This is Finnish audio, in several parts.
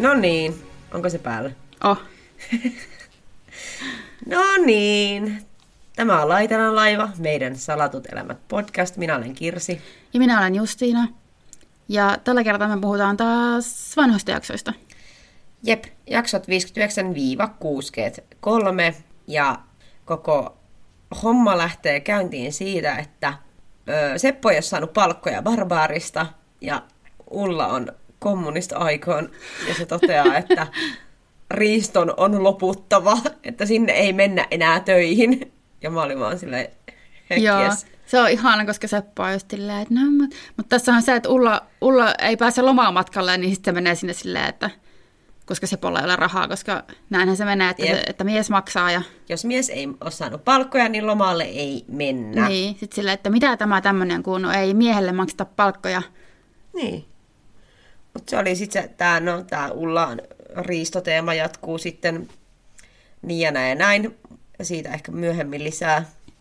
No niin, onko se päällä? Oh. No niin, tämä on Laitelan laiva, meidän Salatut elämät podcast. Minä olen Kirsi. Ja minä olen Justiina. Ja tällä kertaa me puhutaan taas vanhoista jaksoista. Jep, jaksot 59-63. Ja koko homma lähtee käyntiin siitä, että Seppo ei ole saanut palkkoja barbaarista ja Ulla on kommunista-aikoon ja se toteaa, että riiston on loputtava, että sinne ei mennä enää töihin. Ja mä olin vaan silleen, Joo, se on ihana, koska Seppo on just silleen, että no, mutta tässä on se, että Ulla ei pääse lomamatkalle, niin sitten se menee sinne silleen, että koska Sepolla ei ole rahaa, koska näinhän se menee, että mies maksaa. Ja jos mies ei ole saanut palkkoja, niin lomalle ei mennä. Niin, sitten silleen, että mitä tämä tämmöinen kun ei miehelle makseta palkkoja. Niin. Mutta se oli sitten tämä Ullan riistoteema jatkuu sitten niin ja näin. Siitä ehkä myöhemmin lisää.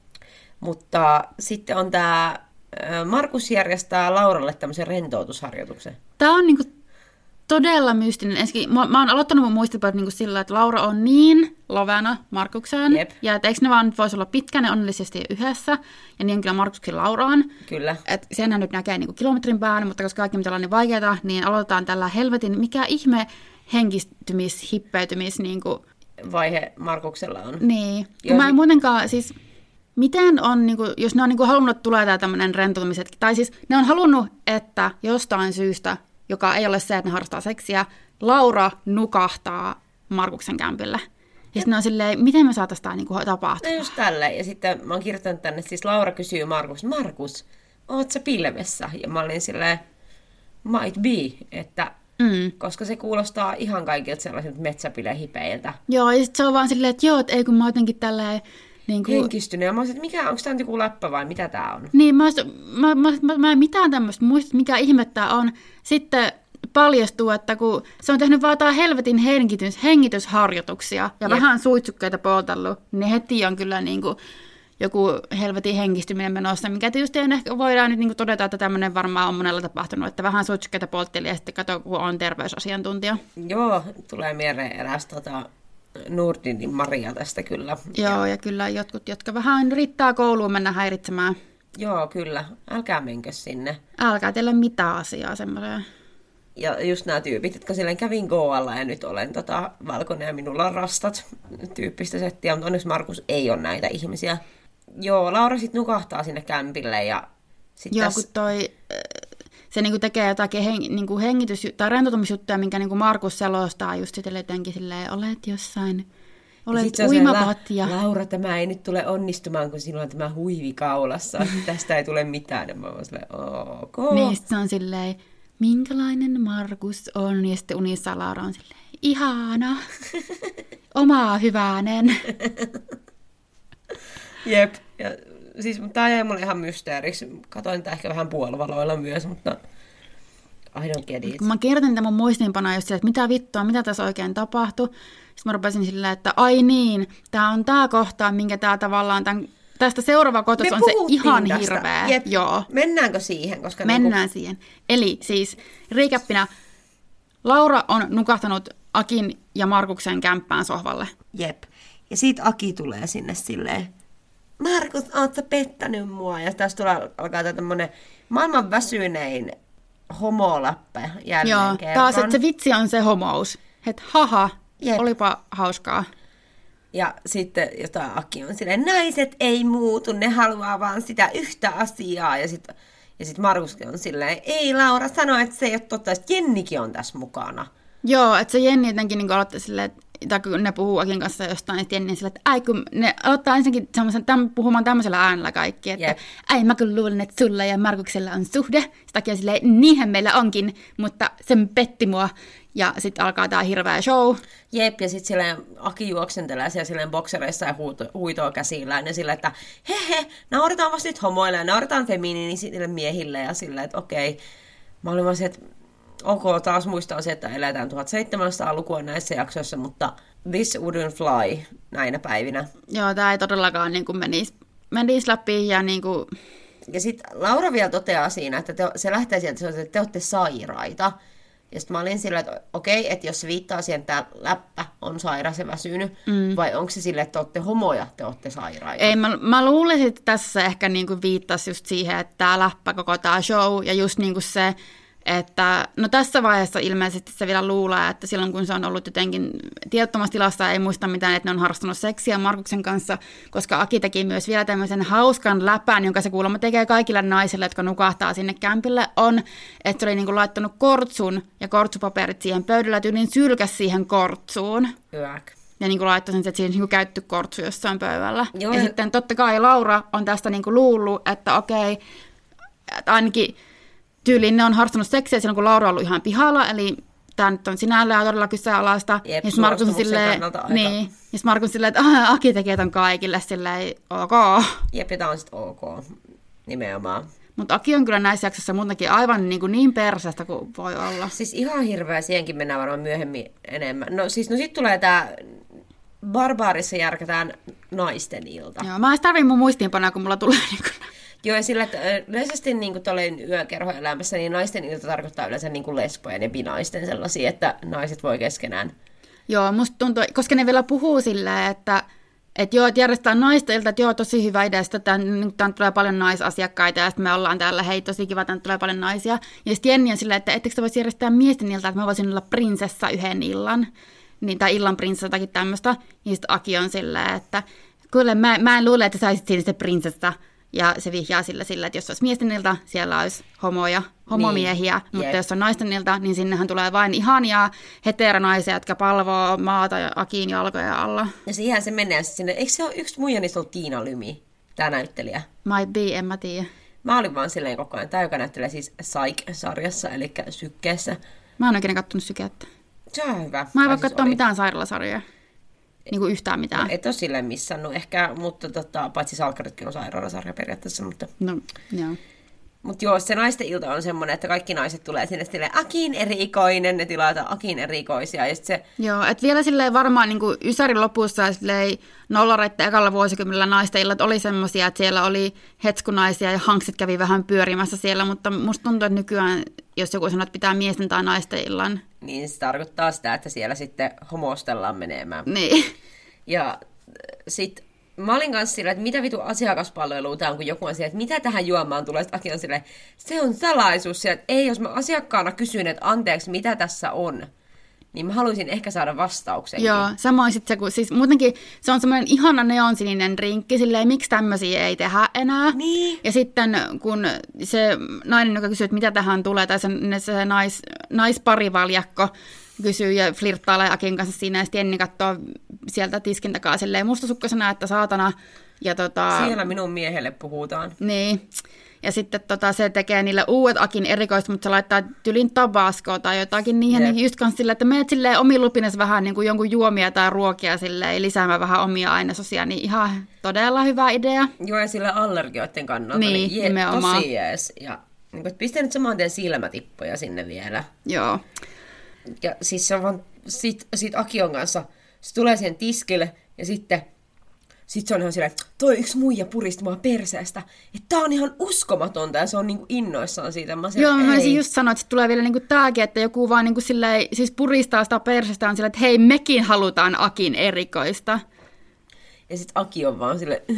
Mutta sitten on tämä, Markus järjestää Lauralle tämmöisen rentoutusharjoituksen. Tämä on niinku todella mystinen. Ensinnäkin, mä oon aloittanut mun muistipäät niinku sillä, että Laura on niin lovena Markukseen. Jep. Ja että eikö ne vaan voisi olla pitkään ja onnellisesti yhdessä. Ja niin on kyllä Markuskin Lauraan. Kyllä. Että senhän nyt näkee niinku kilometrin päälle, mutta koska kaikki on niin vaikeaa, niin aloitetaan tällä helvetin, mikä ihme henkistymis, hippeytymis niinku vaihe Markuksella on. Niin. Kun mä en muutenkaan, siis miten on, niinku, jos ne on niinku halunnut, että tulee tää tämmönen rentoutumishetki, tai siis ne on halunnut, että jostain syystä, joka ei ole se, että ne harrastaa seksiä, Laura nukahtaa Markuksen kämpille. Ja sitten ne on silleen, miten me saataisiin tää niinku tapahtua? No just tälleen. Ja sitten mä oon kirjoittanut tänne, siis Laura kysyy Markus, oot sä pilvessä? Ja mä olin silleen, might be, että koska se kuulostaa ihan kaikilta sellaisilta metsäpilehipeiltä. Joo, ja sitten se on vaan silleen, että joo, että ei kun mä oon jotenkin tälleen niin kuin henkistynyt. Ja mä olisin, että onko tämä joku läppä vai mitä tää on? Niin, mä en mitään tämmöistä muista, mikä ihme tää on. Sitten paljastuu, että kun se on tehnyt vaan tää helvetin hengitysharjoituksia ja vähän suitsukkeita poltellut, niin heti on kyllä niinku joku helvetin henkistyminen menossa, mikä tietysti ehkä voidaan nyt niinku todeta, että tämmöinen varmaan on monella tapahtunut, että vähän suitsukkeita poltteli ja sitten kato, kun on terveysasiantuntija. Joo, tulee mieleen eräs Nordinin Maria tästä kyllä. Joo, ja kyllä jotkut, jotka vähän riittää kouluun mennä häiritsemään. Joo, kyllä. Älkää menkö sinne. Älkää teillä mitään asiaa semmoiseen. Ja just nämä tyypit, jotka silleen kävin Goalla ja nyt olen valkoinen ja minulla on rastat tyyppistä settiä, mutta onneksi Markus ei ole näitä ihmisiä. Joo, Laura sitten nukahtaa sinne kämpille ja sitten joo, kun se niinku tekee jotakin niinku hengitys- tai rentoutumisjuttuja, minkä niinku Markus selostaa just sitten jotenkin silleen, olet jossain, olet uimavatja. Laura, tämä ei nyt tule onnistumaan, kun sinulla on tämä huivi kaulassa. Tästä ei tule mitään. Ja mä oon silleen, ok. Niin, se on silleen, minkälainen Markus on? Ja sitten unissa Laura on silleen, ihana, omaa hyvänen. Jep. Ja, siis tämä jäi mulle ihan mysteeriksi. Katoin tätä ehkä vähän puolivaloilla myös, mutta I don't get it. Kun mä kirjoitin tämän mun muistiinpanoa just sille, että mitä vittua, mitä tässä oikein tapahtui. Sitten mä rupesin silleen, että ai niin, tää on tää kohta, minkä tää tavallaan tästä seuraava kohtaus on se ihan tästä. Hirveä. Jep. Joo. Mennäänkö siihen? Koska mennään siihen. Eli siis recappina, Laura on nukahtanut Akin ja Markuksen kämppään sohvalle. Jep. Ja sit Aki tulee sinne silleen, Markus, oot sä pettänyt mua? Ja tästä alkaa tämmönen maailman väsynein homoläppä jälleen kerran. Taas, että se vitsi on se homous. Että haha, jep, olipa hauskaa. Ja sitten jotain Aki on silleen, naiset ei muutu, ne haluaa vaan sitä yhtä asiaa. Ja sitten Markuskin on silleen, ei Laura, sano, että se ei ole totta, että Jennikin on tässä mukana. Joo, että se Jenni jotenkin niin aloittaa silleen, tai kun ne puhuu Akin kanssa jostain, että Jenni silleen, että ai kun ne aloittaa ensinnäkin puhumaan tämmöisellä äänellä kaikki, että yep, ai mä kun luulen, että sulla ja Markuksella on suhde. Sitten on silleen, niinhän meillä onkin, mutta sen petti mua. Ja sitten alkaa tää hirveä show. Jep, ja sitten silleen Aki juoksentelee siellä silleen boksereissa ja huitoo käsillään. Ja silleen, että nauritaan vasta nyt homoille ja nauritaan feminiinisille miehille. Ja silleen, että okei. Mä olin vaan se, että ok, taas muistaa se, että eletään 1700-lukua näissä jaksoissa, mutta this wouldn't fly näinä päivinä. Joo, tää ei todellakaan niin kuin menisi läpi ja niin kuin... Ja sitten Laura vielä toteaa siinä, että se lähtee sieltä, että te olette sairaita. Ja sitten mä olin sillä, että okei, että jos se viittaa siihen, että tämä läppä on sairas ja väsynyt, vai onko se sille, että te olette homoja, te olette sairaita? Ei, mä luulisin, että tässä ehkä niinku viittasi just siihen, että tämä läppä, koko tämä show, ja just niinku se, että no tässä vaiheessa ilmeisesti se vielä luulee, että silloin kun se on ollut jotenkin tiedottomassa tilassa, ei muista mitään, että ne on harrastanut seksiä Markuksen kanssa, koska Aki teki myös vielä tämmöisen hauskan läpän, jonka se kuulemma tekee kaikille naisille, jotka nukahtaa sinne kämpille, on, että se oli niin kuin laittanut kortsun ja kortsupaperit siihen pöydällä, tyylin sylkäs siihen kortsuun. Yäk. Ja niin kuin laittoi sen, että siinä on käytty kortsu jossain pöydällä. Joo, ja sitten totta kai Laura on tästä niin kuin luullut, että okei, että ainakin tyyliin ne on harrastanut seksiä silloin, kun Laura on ollut ihan pihalla, eli tämä nyt on sinällään todella kyseenalaista. Jep, ja Markus on silleen, niin, ja Markus silleen, että Aki tekee ton kaikille, silleen, ok. Jep, ja tämä on sitten ok, nimenomaan. Mutta Aki on kyllä näissä jaksossa muutenkin aivan niin perseestä kuin voi olla. Siis ihan hirveä, siihenkin mennään varmaan myöhemmin enemmän. No sitten tulee tämä, Barbaarissa järkätään naisten ilta. Joo, mä en tarvitse mun muistiinpanoja, kun mulla tulee niin kuin... Joo, ja sillä, että yleisesti niin tuollainen yökerhoelämässä, niin naisten ilta tarkoittaa yleensä niin kuin lesbojen ja binaisten sellaisia, että naiset voi keskenään. Joo, musta tuntuu, koska ne vielä puhuu silleen, että joo, että järjestetään naisten ilta, että joo, tosi hyvä idea, että tänne tulee paljon naisasiakkaita, ja sitten me ollaan täällä, hei, tosi kiva, tänne tulee paljon naisia. Ja sitten Jenni on silleen, että ettekö te voisi järjestää miesten ilta, että mä voisin olla prinsessa yhden illan, niin, tai illan prinsessa jotakin tämmöistä. Ja sitten Aki on silleen, että kyllä mä en luule, että sä olisit siinä se prinsessa. Ja se vihjaa sillä, että jos olisi miesten ilta, siellä olisi homomiehiä, niin, mutta jos on naisten ilta, niin sinnehän tulee vain ihania heteronaisia, jotka palvoo maata ja Akin jalkojen alla. Ja siihen se menee sinne. Eikö se ole yksi muija niistä ollut Tiina Lymi, tämä näyttelijä? Might be, en mä tiedä. Mä olin vaan silleen koko ajan. Tämä, joka näyttelee siis Psych-sarjassa, eli Sykkeessä. Mä oon oikein kattonut Sykettä. Se on hyvä. Mä en voi katsoa mitään sairaalasarjoja. Niin kuin yhtään mitään. No, et ole silleen missannut ehkä, mutta paitsi Salkkaritkin on sairaalasarja periaatteessa. Mutta... No, joo. Mutta joo, se naisten ilta on semmoinen, että kaikki naiset tulee sinne silleen Akin erikoinen, ne tilataan Akin erikoisia. Ja se... Joo, että vielä silleen varmaan niin kuin Ysärin lopussa silleen nollareitten ekalla vuosikymmenellä naisten illat oli semmoisia, että siellä oli hetskunaisia ja hanksit kävi vähän pyörimässä siellä, mutta musta tuntuu, että nykyään, jos joku sanoo, että pitää miesten tai naisten illan. Niin se tarkoittaa sitä, että siellä sitten homostellaan menemään. Niin. Ja sitten mä olin kanssa sillä, että mitä vitu asiakaspalvelua tämä on, kun joku on sillä, että mitä tähän juomaan tulee. Sitten Aki on silleen, se on salaisuus. Sillä, että ei, jos mä asiakkaana kysyn, että anteeksi, mitä tässä on, niin mä haluaisin ehkä saada vastauksenkin. Joo, samoin sitten se, kun siis muutenkin se on semmoinen ihana neonsininen drinkki, silleen, miksi tämmöisiä ei tehdä enää. Niin. Ja sitten kun se nainen, joka kysyy, että mitä tähän tulee, tai se naisparivaljakko, kysyy ja flirttailee Akin kanssa siinä, ja sitten Jenni katsoo sieltä tiskin takaa silleen mustasukkasena, että saatana. Ja siellä minun miehelle puhutaan. Niin. Ja sitten se tekee niille uudet Akin erikoista, mutta se laittaa tylin tabascoa tai jotakin niihin. Niin just kanssa silleen, että meet silleen omin lupines vähän niin kuin jonkun juomia tai ruokia silleen, lisäämään vähän omia ainesosia, niin ihan todella hyvä idea. Joo, ja sillä allergioiden kannalta. Niin, nimenomaan. Tosi jees. Ja niin pistää nyt saman tien silmätippoja sinne vielä. Joo. Ja siis se on vaan, sit Akion kanssa, se tulee siihen tiskille ja sitten se on ihan silleen, että toi yksi muija puristi mua perseestä, että tää on ihan uskomatonta ja se on niinku innoissaan siitä. Joo, mä olisin just sanoa, että tulee vielä niinku tääkin, että joku vaan niinku silleen, siis puristaa sitä persestä on silleen, että hei, mekin halutaan Akin erikoista. Ja sit Aki on vaan silleen,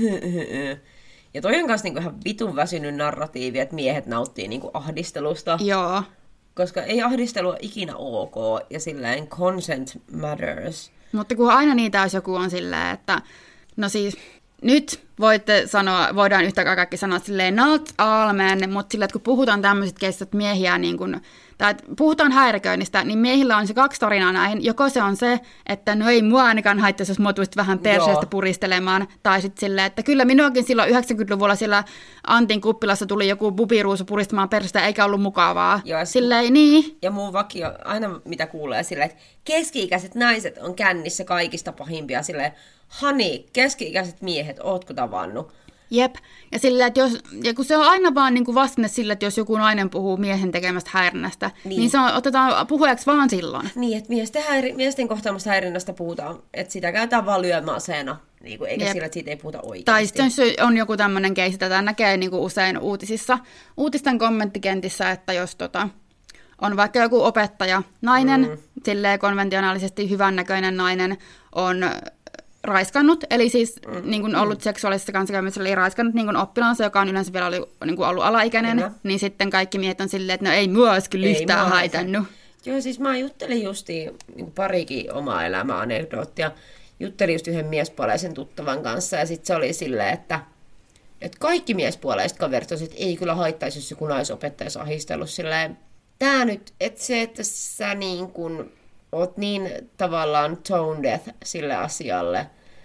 Ja toi on kanssa niinku ihan vitun väsynyt narratiivi, että miehet nauttii niinku ahdistelusta. Joo. Koska ei ahdistelu ole ikinä ok, ja silleen consent matters. Mutta kun aina niitä, jos joku on silleen, että no siis nyt voitte sanoa, voidaan yhtä kaikki sanoa silleen not all men, mutta silleen, että kun puhutaan tämmöiset keissit miehiä, niin kun, tai puhutaan häiriköinnistä, niin miehillä on se kaksi tarinaa näin. Joko se on se, että no ei mua ainakaan haittaisi, jos mua tulisi vähän perseestä puristelemaan, tai sitten silleen, että kyllä minuakin silloin 90-luvulla siellä Antin kuppilassa tuli joku bubiruusu puristamaan perseestä, eikä ollut mukavaa. Joo, silleen, niin. Ja mun vakio, aina mitä kuulee silleen, että keski-ikäiset naiset on kännissä kaikista pahimpia, silleen, hani, keski-ikäiset miehet, ootko tavannut? Jep, ja, sillä, että ja kun se on aina vaan niin kuin vastine sillä, että jos joku nainen puhuu miehen tekemästä häirinnästä, niin se otetaan puhujaksi vaan silloin. Niin, että miesten kohtaamasta häirinnästä puhutaan, että sitä käytetään vaan lyömäaseena, niin kuin, eikä sillä, että siitä ei puhuta oikeasti. Tai sitten on joku tämmöinen keissi, tätä näkee niin kuin usein uutisten kommenttikentissä, että jos on vaikka joku opettaja, nainen, silleen konventionaalisesti hyvännäköinen nainen, on raiskannut, eli siis niin kuin ollut seksuaalisessa kanssakäymisessä, eli raiskannut niin kuin oppilaansa, joka on yleensä vielä niin kuin ollut alaikäinen, kyllä. Niin sitten kaikki miehet on silleen, että no ei mua olisi kyllä yhtään haitannut. Joo, siis mä juttelin justiin niin parikin omaa elämä-anekdoottia. Juttelin just yhden miespuoleisen tuttavan kanssa, ja sitten se oli silleen, että kaikki miespuoleiset kaverit on, että ei kyllä haittaisi, jos joku naisopettaja olisi ahdistellut silleen. Tää nyt, että se, että sä niin kuin oot niin tavallaan tone deaf sille asialle,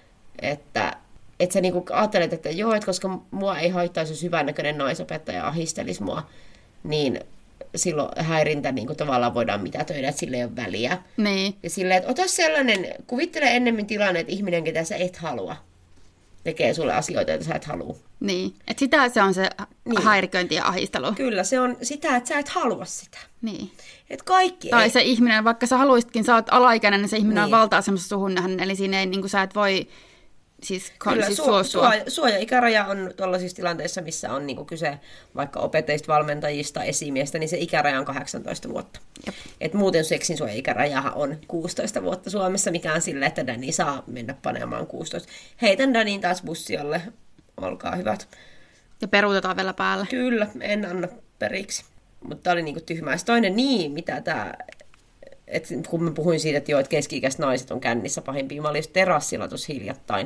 että sä niin kuin ajattelet, että joo, että koska mua ei haittaisi, jos hyvännäköinen naisopettaja ahdistelisi mua, niin silloin häirintä niin kuin tavallaan voidaan mitätöidä, että sillä ei ole väliä. Niin. Ja silleen, että ota sellainen, kuvittele ennemmin tilanne, että ihminen, ketä sä et halua, tekee sulle asioita, joita sä et halua. Niin, että sitä se on se häiriköinti ja ahdistelu. Kyllä, se on sitä, että sä et halua sitä. Niin. Että kaikki tai ei. se ihminen, vaikka sä haluaisitkin, sä oot alaikäinen, niin se ihminen on valta-asemassa suhun nähden, eli siinä ei, niin kuin, sä et voi Kyllä, suostua. Suoja-ikäraja on tuollaisissa tilanteissa, missä on niin kyse vaikka opettajista, valmentajista, esimiestä, niin se ikäraja on 18 vuotta. Et muuten seksin suoja-ikärajahan on 16 vuotta Suomessa, mikä on silleen, että Dani saa mennä panemaan 16. Heitän Danin taas bussiolle, olkaa hyvät. Ja peruutetaan vielä päälle. Kyllä, en anna periksi. Mutta tämä oli niinku tyhmää. Toinen mitä tämä... kun mä puhuin siitä, että keski-ikäiset naiset on kännissä pahimpia. Mä olin just terassilla tuossa hiljattain.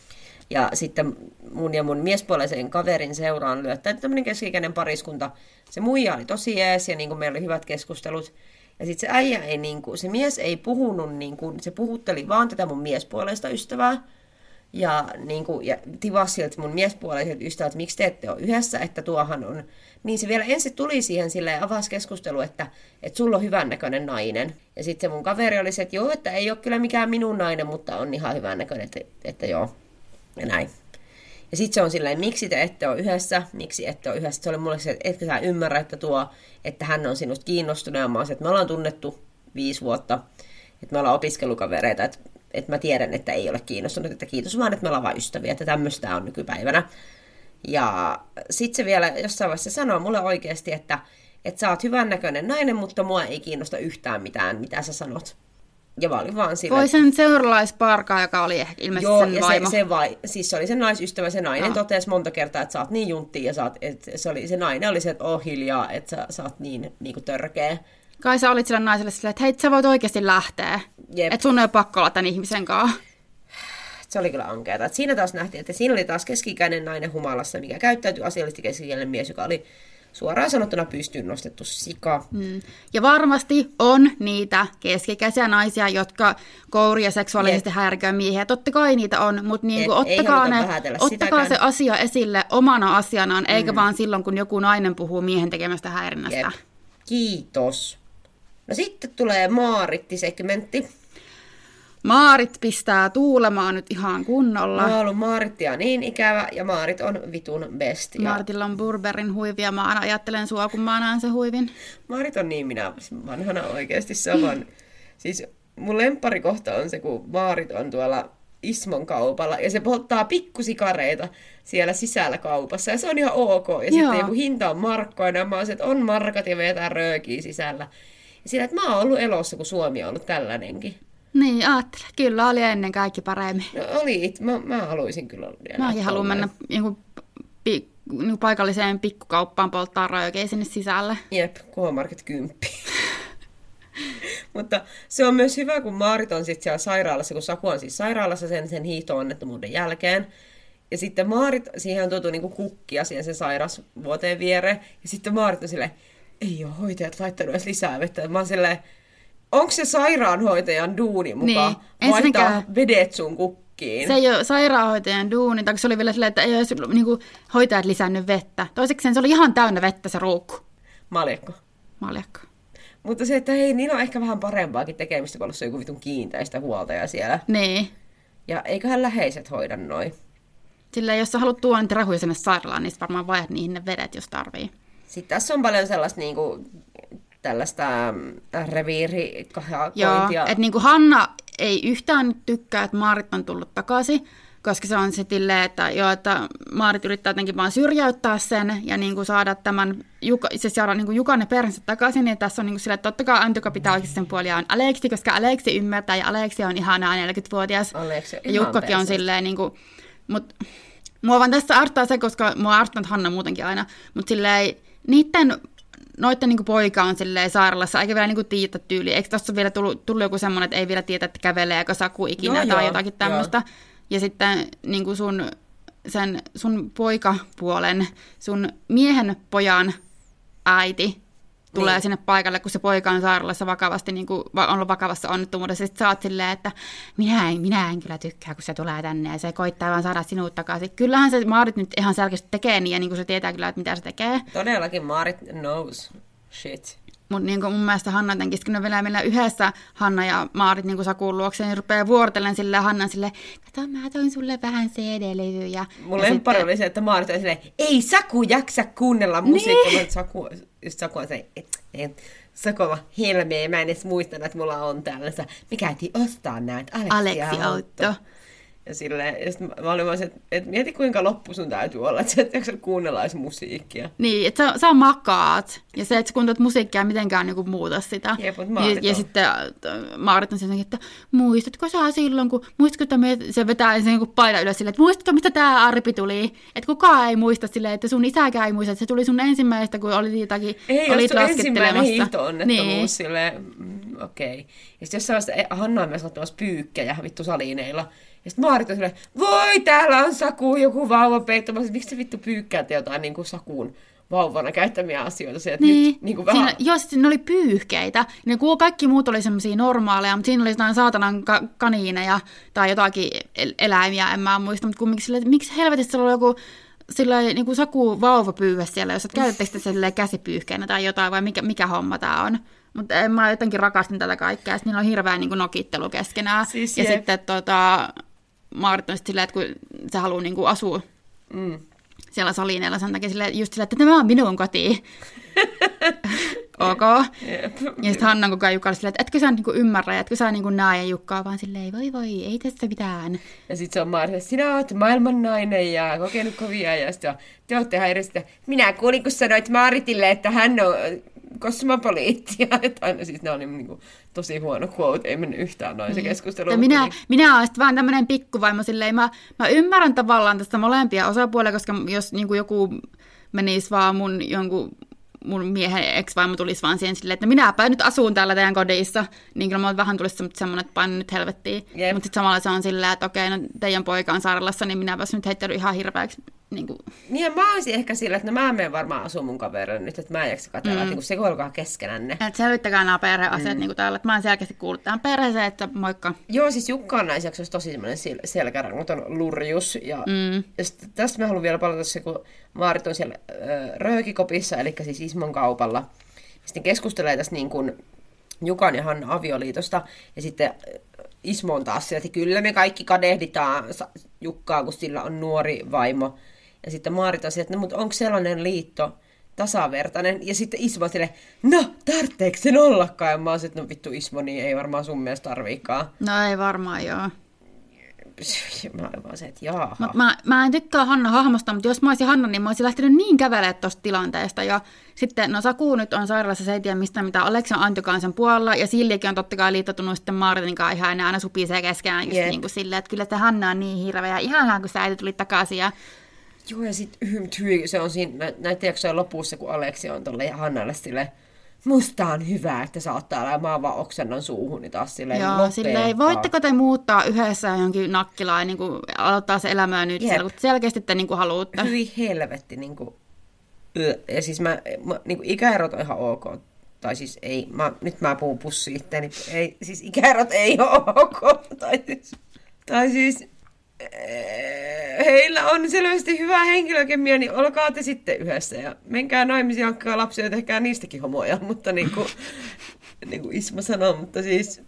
Ja sitten mun ja mun miespuoleisen kaverin seuraan lyöttäytyi tämmöinen keski-ikäinen pariskunta. Se muija oli tosi jees ja niin kuin meillä oli hyvät keskustelut. Ja sitten se äijä ei, niin kuin, se mies ei puhunut, niin kuin, se puhutteli vaan tätä mun miespuoleista ystävää. Ja, niin kuin, ja tivasi siltä mun miespuoleiset ystävät, että miksi te ette ole yhdessä, että tuohan on. Niin se vielä ensin tuli siihen silleen avasi keskustelu, että sulla on hyvännäköinen nainen. Ja sitten se mun kaveri oli se, että joo, että ei ole kyllä mikään minun nainen, mutta on ihan hyvännäköinen, että joo. Ja näin. Ja sitten se on silleen, miksi te ette ole yhdessä, miksi ette ole yhdessä. Se oli mulle se, että etkö sä ymmärrä, että hän on sinusta kiinnostunut. Ja mä oon se, että me ollaan tunnettu 5 vuotta, että me ollaan opiskelukavereita, että mä tiedän, että ei ole kiinnostunut, että kiitos vaan, että me ollaan vain ystäviä, että tämmöistä on nykypäivänä. Ja sitten se vielä jossain vaiheessa sanoo mulle oikeasti, että sä oot hyvännäköinen nainen, mutta mua ei kiinnosta yhtään mitään, mitä sä sanot. Ja mä olin vaan sillä... Voi sen seuralaisparkaa, joka oli ehkä ilmeisesti joo, sen ja vaimo. Siis se oli sen naisystävä, se nainen totesi monta kertaa, että sä oot niin juntti, ja se nainen oli se, että hiljaa, että sä oot niin kuin törkeä. Kai sä olit sillä naiselle silleen, että hei, sä voit oikeasti lähteä. Että sun ei ole pakko olla tämän ihmisen kanssa. Se oli kyllä ankeata. Et siinä taas nähtiin, että siinä oli taas keski-ikäinen nainen humalassa, mikä käyttäytyi asiallisesti keski-ikäinen mies, joka oli suoraan sanottuna pystyyn nostettu sika. Ja varmasti on niitä keski-ikäisiä naisia, jotka kouria seksuaalisesti häiriköi miehiä. Totta kai niitä on, mutta niinku ottakaa se asia esille omana asianaan, eikä vaan silloin, kun joku nainen puhuu miehen tekemästä häirinnästä. Jep. Kiitos. No sitten tulee Maaritti-segmentti. Maarit pistää tuulemaan nyt ihan kunnolla. Mä oon ollut Maarittia niin ikävä, ja Maarit on vitun best. Maaritilla on Burberryn huivi, ja mä aina ajattelen sua, kun mä näen sen huivin. Maarit on niin minä vanhana oikeasti. Se on siis mun lempparikohta on se, kun Maarit on tuolla Ismon kaupalla, ja se polttaa pikkusikareita siellä sisällä kaupassa, ja se on ihan ok. Ja sitten joku hinta on markkoina, ja mä oon se, että on markat, ja vetää röökiä sisällä. Ja siinä, että mä oon ollut elossa, kun Suomi on ollut tällainenkin. Niin, ajattele. Kyllä oli ennen kaikki paremmin. No oli. Mä haluaisin kyllä olla vielä. Mäkin haluan mennä paikalliseen pikkukauppaan polttaa röökiä sinne sisälle. Jep, K-Market 10. Mutta se on myös hyvä, kun Maarit on sitten siellä sairaalassa, kun Saku on siis sairaalassa sen hiihto-onnettomuuden jälkeen. Ja sitten Maarit, siihen on tuotu niinku kukkia siihen sen sairasvuoteen viereen. Ja sitten Maarit on silleen, ei ole hoitajat laittanut edes lisää vettä. Mä oon silleen, onko se sairaanhoitajan duuni mukaan vaihtaa vedet sun kukkiin? Se ei ole sairaanhoitajan duuni, tai se oli vielä silleen, että ei olisi niinku hoitajat lisännyt vettä. Toisekseen se oli ihan täynnä vettä se ruukku. Maljakko. Mutta se, että hei, niillä on ehkä vähän parempaakin tekemistä, kun ollut se joku vitun kiinteistä huoltaja siellä. Niin. Ja eiköhän läheiset hoida noin. Sillä jos sä haluat tuoda niitä rahuja sinne sairaalaan, niin varmaan vaihdat niihin ne vedet, jos tarvii. Sitten tässä on paljon sellaista niinku... tällaista reviirikahakointia. Joo, että niinku Hanna ei yhtään tykkää, että Maarit on tullut takaisin, koska se on se silleen, että Maarit yrittää jotenkin vaan syrjäyttää sen ja niin kuin saada tämän, saada niin kuin Jukan ja perheensä takaisin, niin tässä on niin kuin silleen, että totta kai Antti, pitää oikeasti sen puolia on Aleksi, koska Aleksi ymmärtää ja Aleksi on ihanaa 40-vuotias. Ja Jukkakin on silleen, niin kuin, mutta mua vaan tässä arttaa se, koska mua on arttanut Hanna muutenkin aina, mutta silleen noitten niinku poika on silleen sairaalassa, eikä vielä niinku tiedä tyyliä. Eikö tuossa vielä tullut joku semmoinen, että ei vielä tiedä, että käveleekö Saku ikinä tai jotakin tämmöistä. Ja sitten niinku sun poikapuolen, sun miehen pojan äiti tulee sinne paikalle, kun se poika on sairaalassa vakavasti, niin kuin on ollut vakavassa onnettomuudessa. Sitten sä oot silleen, että minä en kyllä tykkää, kun se tulee tänne ja se koittaa vaan saada sinut takaisin. Kyllähän se Maarit nyt ihan selkeästi tekee niin, ja niin kuin se tietää kyllä, että mitä se tekee. Todellakin Maarit knows shit. Mutta niin mun mielestä Hanna jotenkin, kun ne vielä meillä yhdessä Hanna ja Maarit niin Sakun luokse, niin rupeaa vuorotellen silleen Hannan silleen, kato mä toin sulle vähän CD-levyjä. Mun lemppari oli se, että Maarit oli silleen, ei Saku jaksa kuunnella musiikkia. Niin. Saku on se, Saku on helmeä, mä en edes muistanut, että mulla on tällaista. Me käytiin ostaa näitä Aleksi-auto. Ja mä olin vaan se, että mieti kuinka loppu sun täytyy olla, että sä et jaksa kuunnella edes musiikkia. Niin, että sä makaat. Ja se, että sä kuuntelet musiikkia, mitenkään niinku muuta sitä. Jep, ja sitten Maarit on sen, että muistatko sä silloin, kun se vetää sen paita ylös silleen, että muistatko, mistä tää arpi tuli? Että kukaan ei muista silleen, että sun isäkään ei muista, että se tuli sun ensimmäistä, kun oli jotakin, olit laskettelemassa. Ensimmäinen hiihto-onnettomuus niin. Silleen, okei. Ja sitten jos sellaista, Hanna on myös ottamassa pyykkejä vittu saliineilla. Ja sitten Maarit on silleen, voi, täällä on Saku joku vauva peittomassa. Miksi se vittu pyykkäätte jotain niin kuin Sakun vauvana käyttämiä asioita? Se, niin. Nyt, niin kuin vähän... ne oli pyyhkeitä. Ne kaikki muut oli semmoisia normaaleja, mutta siinä oli jotain saatanan kaniineja tai jotakin eläimiä, en mä muista. Mutta kumminkin silleen, että miksi helvetissä oli joku niin kuin Saku vauvapyyhä siellä, jos et käytettekö sitä käsipyyhkeenä tai jotain, vai mikä homma tää on? Mutta mä jotenkin rakastin tätä kaikkea, ja niillä on hirveä niin kuin nokittelu keskenään. Siis ja sitten Maarit on sitten silleen, että kun se haluaa niin kuin asua siellä salineella, sen takia just silleen, että tämä on minun koti. Ok. Yep. Ja sitten Hanna koko ajan Jukalle silleen, että etkö sä niin kuin ymmärrä, etkö sä niin kuin näe, ja Jukka on vaan silleen, voi, ei tästä mitään. Ja sitten se on Maarit, että sinä oot maailman nainen ja kokenut kovia, ja sitten te ootte ihan eri sitä. Minä kuulin, kun sanoit Maaritille, että hän on kosmopoliitti. Ja siis ne on niin tosi huono quote, ei mennyt yhtään noin se keskustelu. Minä olen sitten vaan tämmöinen pikkuvaimo silleen, mä ymmärrän tavallaan tästä molempia osapuolia, koska jos niin kuin joku menisi vaan mun miehen ex-vaimo tulisi vaan siihen silleen, että minäpä nyt asun täällä teidän kodissa, niin kyllä mulla vähän tulisi semmoinen, että painu nyt helvettiin. Yep. Mutta sitten samalla se on silleen, että okei, no teidän poika on sairaalassa, niin minäpäs nyt heittänyt ihan hirveäksi. Niin ja mä olisin ehkä sillä, että mä menen varmaan asuun mun kaverille nyt, että mä en jaksa katsella, että se olkaa keskenänne. Että selvittäkää nämä perheasiat niin kuin täällä, että mä en selkeästi kuullut tähän perheeseen, että moikka. Joo, siis Jukka on näissä jaksoissa tosi semmoinen selkärangoton lurjus. Ja tästä mä haluan vielä palata se, kun Maarit on siellä Röökikopissa, eli siis Ismon kaupalla. Sitten keskustelee tästä niin kuin Jukan ja Hanna avioliitosta, ja sitten Ismo on taas sillä, että kyllä me kaikki kadehditaan Jukkaa, kun sillä on nuori vaimo. Ja sitten Maarit on sillä, että no, mutta onko sellainen liitto tasavertainen? Ja sitten Ismo on silleen, no tarvitseeko sen ollakaan? Ja mä oon että no vittu Ismo, niin ei varmaan sun mielestä tarviikaan. No ei varmaan, joo. Mä olen vaan se, että jaaha. Mä en tykkää Hanna hahmosta, mutta jos mä olisin Hanna, niin mä olisin lähtenyt niin kävelemään tuosta tilanteesta. Ja sitten, no Saku nyt on sairaalassa, se ei tiedä mistä mitä Aleksi on Antiokaan sen puolella. Ja Siljakin on totta kai liittoutunut sitten Maaritin kanssa ihan enää aina supisee keskään just niin kuin silleen, että kyllä se Hanna on niin hirveä. Ja ihanaa, kun sä äiti tuli takaisin. Ja... Joo, ja sitten se on siinä näitä jaksojen lopussa, kun Aleksi on tolle ja Hannalle silleen, musta on hyvä, että sä oot täällä ja mä vaan oksennan suuhuni taas silleen. Joo, silleen, voitteko te muuttaa yhdessä johonkin nakkilaan, niin kuin aloittaa se elämää nyt, kun selkeästi te niin kuin haluatte. Hyi helvetti, niin kuin. Ja siis mä niin kuin ikäerot on ihan ok. Tai siis ei, nyt mä puhun pussi itteeni, ei, siis ikäerot ei ole ok. Tai siis heillä on selvästi hyvä henkilökemia, niin olkaa te sitten yhdessä ja menkää naimisiin, hankkaa lapsia ja tehkää niistäkin homoja, mutta niin kuin Isma sanoo, mutta siis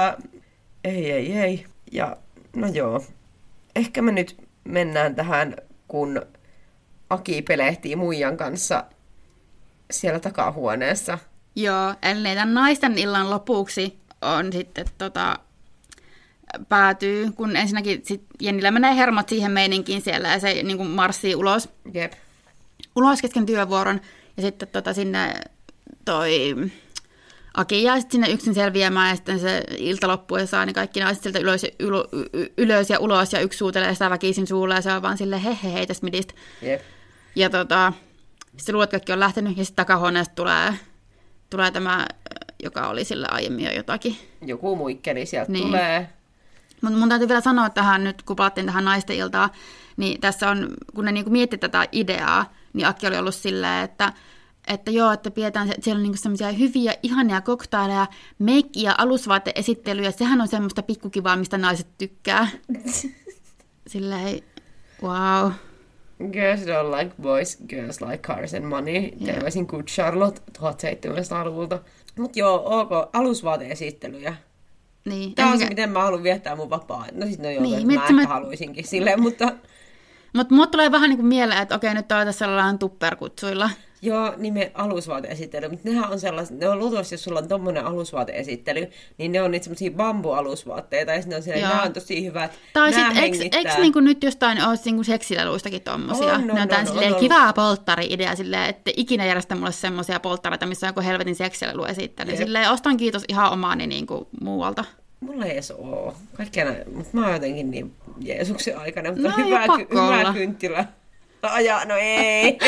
ei. Ja no joo, ehkä me nyt mennään tähän, kun Aki pelehtii muijan kanssa siellä takahuoneessa. Joo, eli tämän naisten illan lopuksi on sitten päätyy, kun ensinnäkin sit Jennillä menee hermot siihen meininkiin siellä ja se niin kuin marssii ulos. Jep. Ulos kesken työvuoron ja sitten sinne toi Aki jää sitten sinne yksin selviämään ja sitten se ilta loppuu ja saa ne kaikki naiset sieltä ylös ja ulos ja yksi suutelee sitä väkisin suulla ja se on vaan silleen hei tästä midistä. Jep. Ja sitten luulet kaikki on lähtenyt ja sitten takahuoneesta tulee tämä, joka oli sillä aiemmin jo jotakin. Joku muikkeli sieltä niin. tulee. Mutta mun täytyy vielä sanoa tähän nyt, kun palattiin tähän naisten iltaan, niin tässä on, kun ne niinku mietti tätä ideaa, niin Akki oli ollut silleen, että joo, että pidetään, siellä on niinku semmoisia hyviä, ihania koktaileja, meikki- ja alusvaateesittelyjä, sehän on semmoista pikkukivaa, mistä naiset tykkää. Silleen, wow. Girls don't like boys, girls like cars and money. Terveisin Good Charlotte 1700-luvulta. Mut joo, ok, alusvaateesittelyjä. Niin. Tämä on se, miten mä haluan viettää mun vapaa. No sit niin, mä ehkä haluaisinkin silleen, mutta... Mutta mulle tulee vähän niin kuin mieleen, että okei, nyt on tässä sellainen tupperkutsuilla. Joo, alusvaateesittely, mutta nehän on sellaiset, ne on luultavasti, jos sulla on tommonen alusvaateesittely, niin ne on niitä semmosia bambualusvaatteita, ja sitten on silleen, nämä on tosi hyvät, tai sitten, eikö niinku nyt jostain ole niinku seksileluistakin tommosia? Ne on tämän silleen kivaa polttari-idea, silleen, että ikinä järjestä mulle semmosia polttareita, missä on joku helvetin seksilelu esittely. Silleen, ostan kiitos ihan omaani niinku muualta. Mulla ei edes oo. Kaikkea mutta mä oon jotenkin niin Jeesuksen aikana, mutta no, hyvä kynttilä. No ei.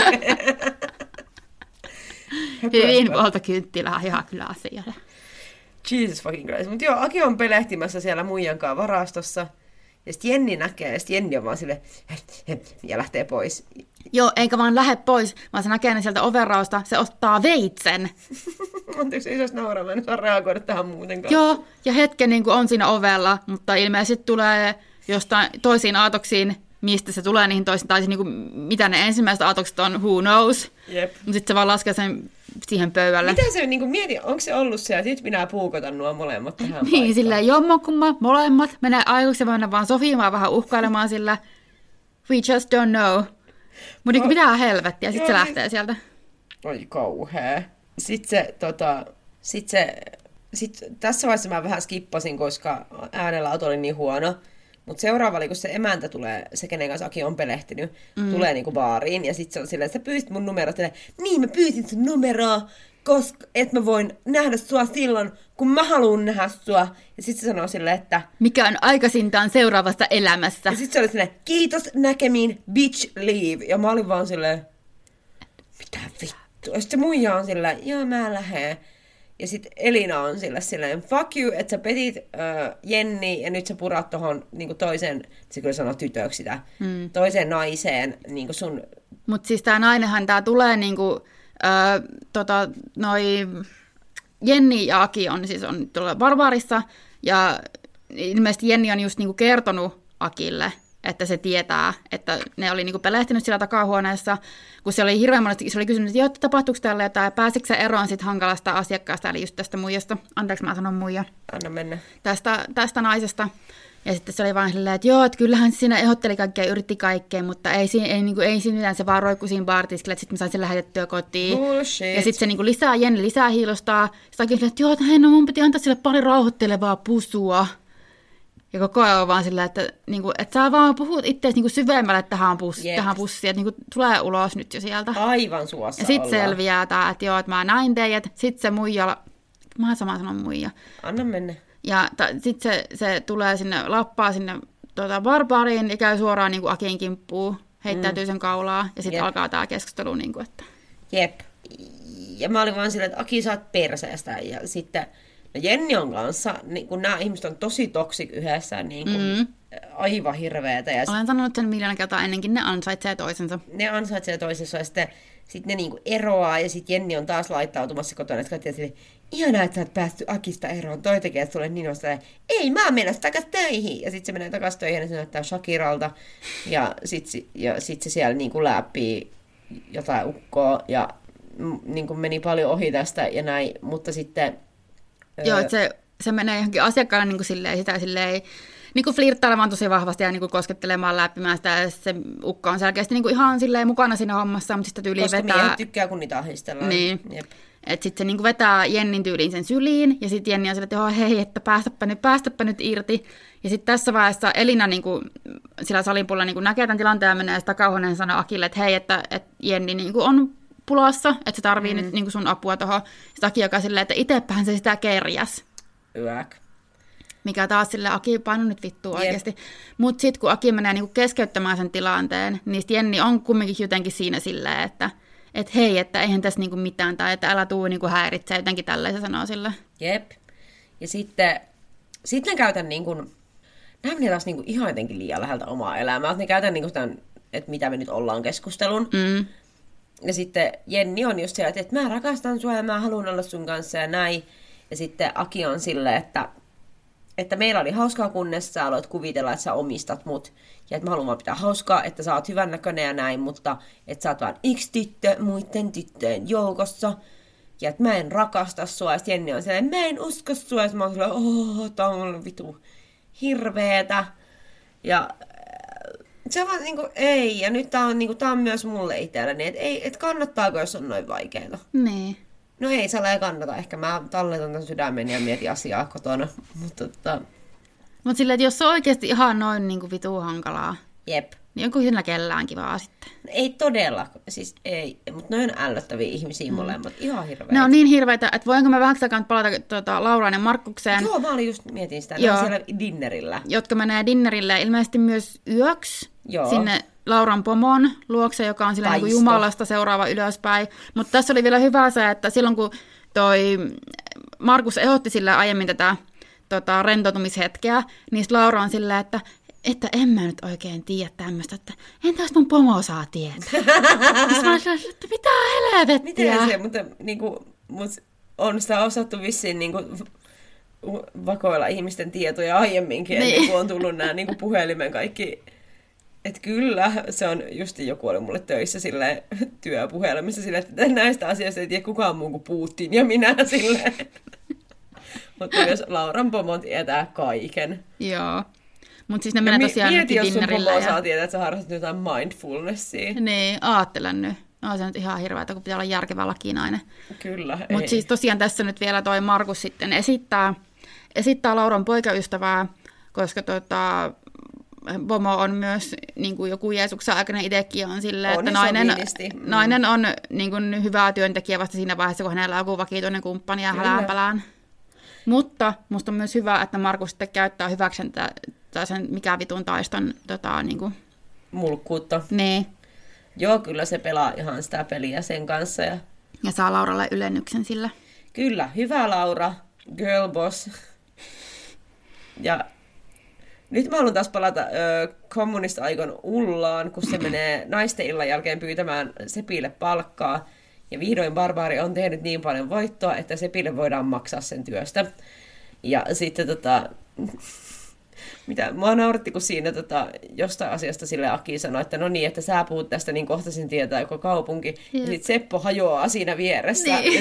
Hyvin poltokynttilää ihan kyllä asialle. Jesus fucking Christ. Mutta joo, Aki on pelehtimässä siellä muijankaan varastossa. Ja sitten Jenni näkee, ja sitten Jenni on vaan silleen, ja lähtee pois. Joo, eikä vaan lähde pois, vaan se näkee ne sieltä ovenraosta, se ottaa veitsen. Anteeksi, ei se olisi nauraa, mä en saa reagoida tähän muutenkaan. Joo, ja hetken niin kuin on siinä ovella, mutta ilmeisesti tulee jostain toisiin aatoksiin, mistä se tulee niihin toisiin, tai niin kuin, mitä ne ensimmäiset aatokset on, who knows. Jep. Mutta sitten se vaan laskee sen siihen pöydälle. Mitä se niin kuin mieti, onko se ollut se, ja sit minä puukotan nuo molemmat tähän niin, paikkaan. silleen jommokumma, molemmat, menee aikuksi ja mennä vaan sofimaan vähän uhkailemaan sillä, we just don't know. Mutta niin mitä helvettiä, sitten se lähtee sieltä. Oi kauhea. Sitten tässä vaiheessa mä vähän skippasin, koska äänenlaatu oli niin huono. Mutta seuraava oli, kun se emäntä tulee, se kenen kanssa Aki on pelehtynyt, tulee niinku baariin. Ja sitten se on silleen, että sä pyysit mun numeroa. Niin, mä pyysin sun numeroa, koska et mä voin nähdä sua silloin, kun mä haluan nähdä sua. Ja sitten se sanoo silleen, että... mikä on aikaisintaan seuraavasta elämässä. Ja sitten se oli silleen, kiitos näkemiin, bitch leave. Ja mä olin vaan silleen, mitä vittua. Ja sitten se muija on silleen, joo mä lähden. Ja sitten Elina on silleen, fuck you, että sä petit Jenni ja nyt sä purat tohon niinku toisen, se kyllä sanoo tytöksi sitä, toiseen naiseen niinku sun... Mut siis tää nainenhan tää tulee niinku, Jenni ja Aki on tuolla Barbaarissa ja ilmeisesti Jenni on just niinku kertonut Akille, että se tietää, että ne oli niinku pelehtynyt siellä takahuoneessa, kun se oli hirveän monesti, se oli kysynyt, että tapahtuuko tälle jotain, ja pääsikö se eroon sit hankalasta asiakkaasta, eli just tästä muijasta, anteeksi mä sanon muija. Anna mennä. Tästä naisesta. Ja sitten se oli vaan silleen, että joo, että kyllähän se siinä ehdotteli kaikkea, yritti kaikkea, mutta ei siinä mitään, se vaan roikkui siinä baaritiskille, että sitten mä sain sen lähetettyä kotiin. Bullshit. Ja sitten se niinku Jenni lisää hiilostaa, sitten Aki että joo, että hei, no mun piti antaa sille pari rauhoittelevaa pusua. Ja koko ajan on vaan sillä, että sä vaan puhut itseäsi niinku syvemmälle tähän pussiin, että niinku tulee ulos nyt jo sieltä. Aivan suossa ja sitten selviää tää, että joo, että mä näin teidät. Sitten se muija, mä samaan sanon muija. Anna mennä. Ja sitten se tulee sinne, lappaa sinne Barbaariin ja käy suoraan niinku Akin kimppuun, heittäytyy sen kaulaa ja sitten alkaa tää keskustelu. Niinku, että... Jep. Ja mä olin vaan silleen, että Aki, sä oot perseestä. Ja sitten Jenni on kanssa, niin kun nämä ihmiset on tosi toksik yhdessä, niin kun, aivan hirveetä. Ja olen sanonut sen miljoona kertaa ennenkin, ne ansaitsee toisensa. Ne ansaitsee toisensa ja sitten ne niinku eroaa ja sitten Jenni on taas laittautumassa kotona. Että katsotaan silleen, ihanaa, että sä oot päästy Akista eroon. Toi tekee sulle niin vasta, ei mä mennä takas töihin. Ja sitten se menee takas töihin ja se näyttää Shakiralta. Ja sit se siellä niinku läppii jotain ukkoa ja niinku meni paljon ohi tästä ja näin, mutta sitten... Joo, että se menee johonkin asiakkaalle niin sitä niin flirttailemaan tosi vahvasti ja niin koskettelemaan läppimään sitä. Ja se ukko on selkeästi niin ihan mukana siinä hommassa, mutta sitten tyyliin koska vetää... miehet tykkää, kun niitä ahdistellaan. Niin. Että sitten se niinku vetää Jennin tyyliin sen syliin, ja sitten Jenni on sille, että joo, hei, että päästäpä nyt irti. Ja sitten tässä vaiheessa Elina niinku, sillä salinpuolella niinku näkee tämän tilanteen ja menee, ja sitä Kauhanen sanoo Akille, että hei, että Jenni niinku on pulassa, että se tarvii nyt niinku sun apua tuohon. Sitten Aki joka silleen, että itsepähän se sitä kerjäs. Yäk. Mikä taas silleen, Aki painu nyt vittua oikeasti. Mutta sitten kun Aki menee niinku keskeyttämään sen tilanteen, niin Jenni on kumminkin jotenkin siinä silleen, että hei, että eihän tässä niinku mitään, tai että älä tuu niinku häiritsee, jotenkin tälleen se sanoo sille. Jep. Ja sitten ne käytän niinku, nämä menee taas niinku ihan jotenkin liian läheltä omaa elämää. Ne käytän niinku sitä, että mitä me nyt ollaan keskustelun. Ja sitten Jenni on just siellä, että mä rakastan sua ja mä haluan olla sun kanssa ja näin. Ja sitten Aki on silleen, että meillä oli hauskaa, kunnes sä aloit kuvitella, että sä omistat mut. Ja että mä haluan vaan pitää hauskaa, että sä oot hyvännäköinen ja näin, mutta että sä oot vaan yksi tyttö muiden tyttöjen joukossa. Ja että mä en rakasta sua. Ja sitten Jenni on silleen, mä en usko sua. Ja mä oon silleen, tää on vitu hirveetä. Ja se on vaan niinku, ei. Ja nyt tää on, niinku, tää on myös mulle itselleni, että et kannattaako, jos on noin vaikeeta. Niin. No ei se kannata. Ehkä mä talletan tämän sydämen ja mietin asiaa kotona. Mutta silleen, että jos se on oikeasti ihan noin niin kuin vituu hankalaa, jep. Niin onko sillä kellään kivaa sitten? Ei todella. Siis ei. Mutta ne on ällöttäviä ihmisiä molemmat. Ihan hirveitä. Ne on niin hirveitä, että voinko mä vähäksi palata Lauraan ja Markkukseen. Joo, mä olin just mietin sitä. Ne on siellä dinnerillä. Jotka menee dinnerille ilmeisesti myös yöksi. Joo. Sinne Lauran pomon luokse, joka on sillä niin kuin Jumalasta seuraava ylöspäin. Mutta tässä oli vielä hyvä se, että silloin kun toi Markus ehdotti sille aiemmin tätä rentoutumishetkeä, niin Laura on silleen, että en mä nyt oikein tiedä tämmöistä, että entäs mun pomo saa tietää? Siis mä olin, että mitä helvettiä? Miten se, mutta niinku, on sitä osattu vissiin niinku vakoilla ihmisten tietoja aiemminkin, niin. Ennen kuin on tullut nämä niinku puhelimen kaikki. Että kyllä, se on just joku oli mulle töissä silleen, työpuhelimessa silleen, että näistä asioista ei tiedä kukaan muu kuin Putin ja minä silleen. Mutta myös Lauran pomo tietää kaiken. Joo. Mutta siis ne menee tosiaan nyt dinnerille. Mieti, jos sun pomo saa tietää, että sä harrastat jotain mindfulnessia. Niin, aattelen nyt. No se nyt ihan hirveätä, kun pitää olla järkevä lakinainen. Kyllä, Mutta siis tosiaan tässä nyt vielä toi Markus sitten esittää Lauran poikaystävää, koska pomo on myös niin kuin joku Jeesuksen aikainen itsekin on silleen, että nainen on niin kuin hyvä työntekijä vasta siinä vaiheessa, kun hänellä on joku vakituinen kumppani ja hälänpälään. Mutta musta on myös hyvä, että Markus sitten käyttää hyväkseen sen mikä vitun taiston niin kuin mulkkuutta. Niin. Joo, kyllä se pelaa ihan sitä peliä sen kanssa. Ja saa Lauralle ylennyksen sillä. Kyllä, hyvä Laura, girl boss. Ja nyt mä haluan taas palata kommunista-aikon Ullaan, kun se menee naisten illan jälkeen pyytämään Sepille palkkaa. Ja vihdoin Barbaari on tehnyt niin paljon voittoa, että Sepille voidaan maksaa sen työstä. Ja sitten mua nauratti, kun siinä jostain asiasta sille Aki sanoi, että no niin, että sä puhut tästä, niin kohta sen tietää koko kaupunki. Ja sitten Seppo hajoaa siinä vieressä. Niin. Ja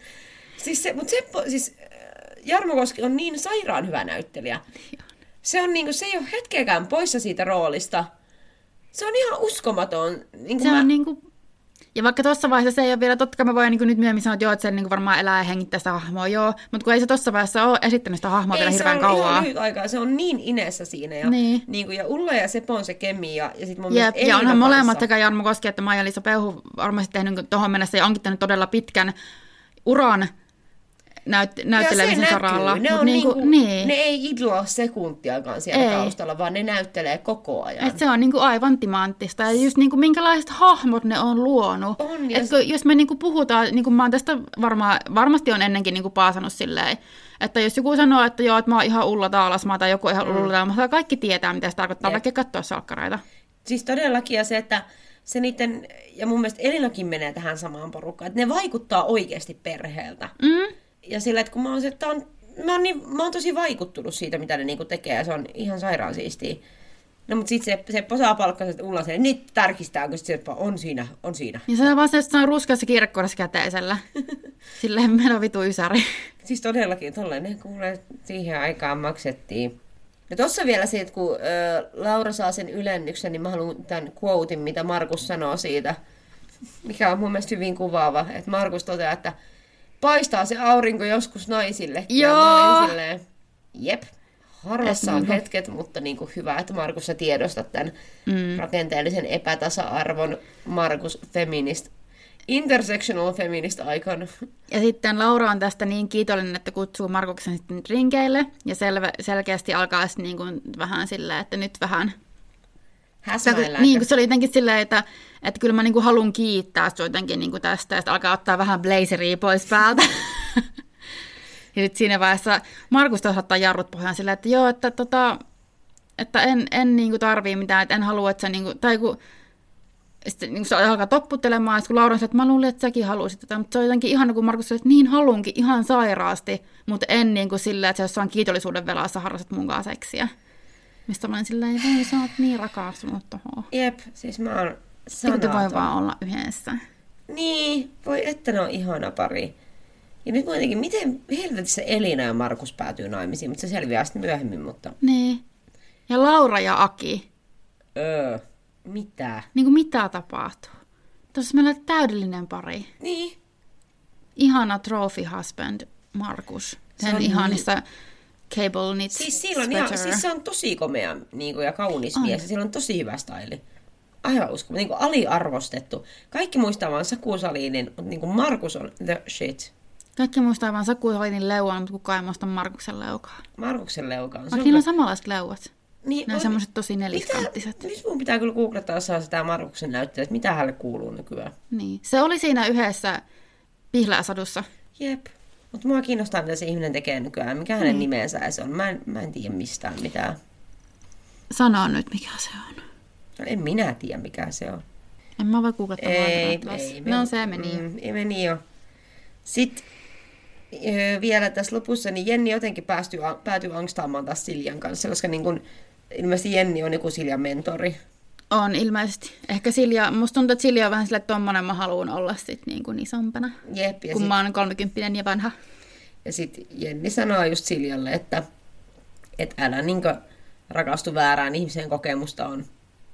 Jarmo Koski on niin sairaan hyvä näyttelijä. Se ei ole hetkeäkään poissa siitä roolista. Se on ihan uskomaton. Ja vaikka tuossa vaiheessa se ei ole vielä, totta kai mä voin nyt myöhemmin sanoa, että se varmaan elää ja hengittää sitä hahmoa, joo. Mutta kun ei se tuossa vaiheessa ole esittänyt sitä hahmoa vielä hirveän kauan. Ei, se on ihan lyhyt aikaa. Se on niin inessä siinä. Ja, ja Ulla ja Seppo on se kemia. Ja, sit mun ja onhan molemmat sekä Jarmo Koski että Maija-Liisa Peuhu varmasti tehnyt tuohon mennessä ja onkin tehnyt todella pitkän uran näyttelemisen saralla. Ne ei idloa sekuntiakaan siellä taustalla, vaan ne näyttelee koko ajan. Et se on aivan timanttista. Ja just minkälaiset hahmot ne on luonut. Jos me puhutaan, mä oon tästä varmasti on ennenkin paasannut silleen, että jos joku sanoo, että joo, että mä oon ihan Ulla Taalasmaa tai joku ihan Ulla Taalasmaa, kaikki tietää, mitä se tarkoittaa, vaikka katsoa salkkareita. Siis todellakin, ja se, että se niiden, ja mun mielestä Elinakin menee tähän samaan porukkaan, että ne vaikuttaa oikeasti perheeltä. Ja sillä, että kun mä oon tosi vaikuttunut siitä, mitä ne tekee, ja se on ihan sairaan siistiä. No, mutta sitten Seppo saa palkkaa, että Ulla se nyt tarkistaa, kun Seppo on siinä. Ja se on vaan se, että se on ruskeassa kirkkoudessa käteisellä. Silleen meno vitu ysäri. Siis todellakin, tolleen kuulee, siihen aikaan maksettiin. Ja tossa vielä se, että kun Laura saa sen ylennyksen, niin mä haluan tämän quotein, mitä Markus sanoo siitä, mikä on mun mielestä hyvin kuvaava. Että Markus toteaa, että paistaa se aurinko joskus naisille. Joo. Ja mä olin silleen, jep, harvassa on hetket, mutta niinku hyvä, että Markus sä tiedostat tämän rakenteellisen epätasa-arvon. Markus feminist, intersectional feminist icon. Ja sitten Laura on tästä niin kiitollinen, että kutsuu Markuksen sitten rinkeille. Ja selkeästi alkaa sitten niin kuin vähän silleen, että nyt vähän... Niin kuin se oli jotenkin silleen, että kyllä mä niin kuin haluan kiittää sitä jotenkin niin kuin tästä. Ja sitten alkaa ottaa vähän blazeria pois päältä. Ja sitten siinä vaiheessa Markus taas ottaa jarrut pohjaan silleen, että joo, että en niin kuin tarvii mitään, että en halua, että sä niin kuin... Tai kun sitten niin se alkaa topputtelemaan, ja kun Laura sanoi, että mä luulin, että säkin halusit tätä, mutta se on jotenkin ihana, kun Markus sanoi, että niin haluunkin ihan sairaasti, mutta en niin kuin silleen, että sä jossain kiitollisuuden velassa harrastat mun kanssa seksiä. Mistä mä olin silleen, että sä oot niin rakastunut tohon. Jep, siis mä oon sanaton. Te voi vaan olla yhdessä. Niin, voi että ne on ihana pari. Ja nyt muutenkin, miten helvetissä Elina ja Markus päätyy naimisiin, mutta se selviää sitten myöhemmin, mutta... Niin. Ja Laura ja Aki. Mitä? Niin kuin mitä tapahtuu? Tuossa meillä on täydellinen pari. Niin. Ihana trophy husband Markus. Sen ihanissa cable knit siis se on tosi komea niin kuin, ja kaunis mies. Ja sillä on tosi hyvä styli. Aivan uskomaton. Niin kuin aliarvostettu. Kaikki muistaa vaan Saku Salinin, mutta niin kuin Markus on the shit. Kaikki muistaa vaan Saku Salinin leuan, mutta kukaan ei muista Markuksen leukaa. Markuksen leukaan. Vaikka niillä on samanlaiset leuat. Niin, ne on semmoiset tosi neliskanttiset. Nyt mun pitää kyllä googlettaa sitä Markuksen näyttöä, että mitä hänelle kuuluu nykyään. Niin. Se oli siinä yhdessä Pihlääsadussa. Jep. Mutta mua kiinnostaa, mitä se ihminen tekee nykyään. Mikä hänen nimensä se on. Mä en tiedä mistään mitään. Sano nyt, mikä se on. No, en minä tiedä, mikä se on. En mä voi googlettaa. Ei. No se meni. Ei meni jo. Sitten vielä tässä lopussa, niin Jenni jotenkin päätyy angstaamaan taas Siljan kanssa, koska niin kun, ilmeisesti Jenni on joku Siljan mentori. On ilmeisesti. Ehkä Silja, musta tuntuu, että Silja on vähän silleen, että tommonen mä haluan olla sit niin kuin isompana. Jep, kun mä oon 30 ja vanha. Ja sitten Jenni sanoo just Siljalle, että älä niinkö rakastu väärään ihmiseen, kokemusta on.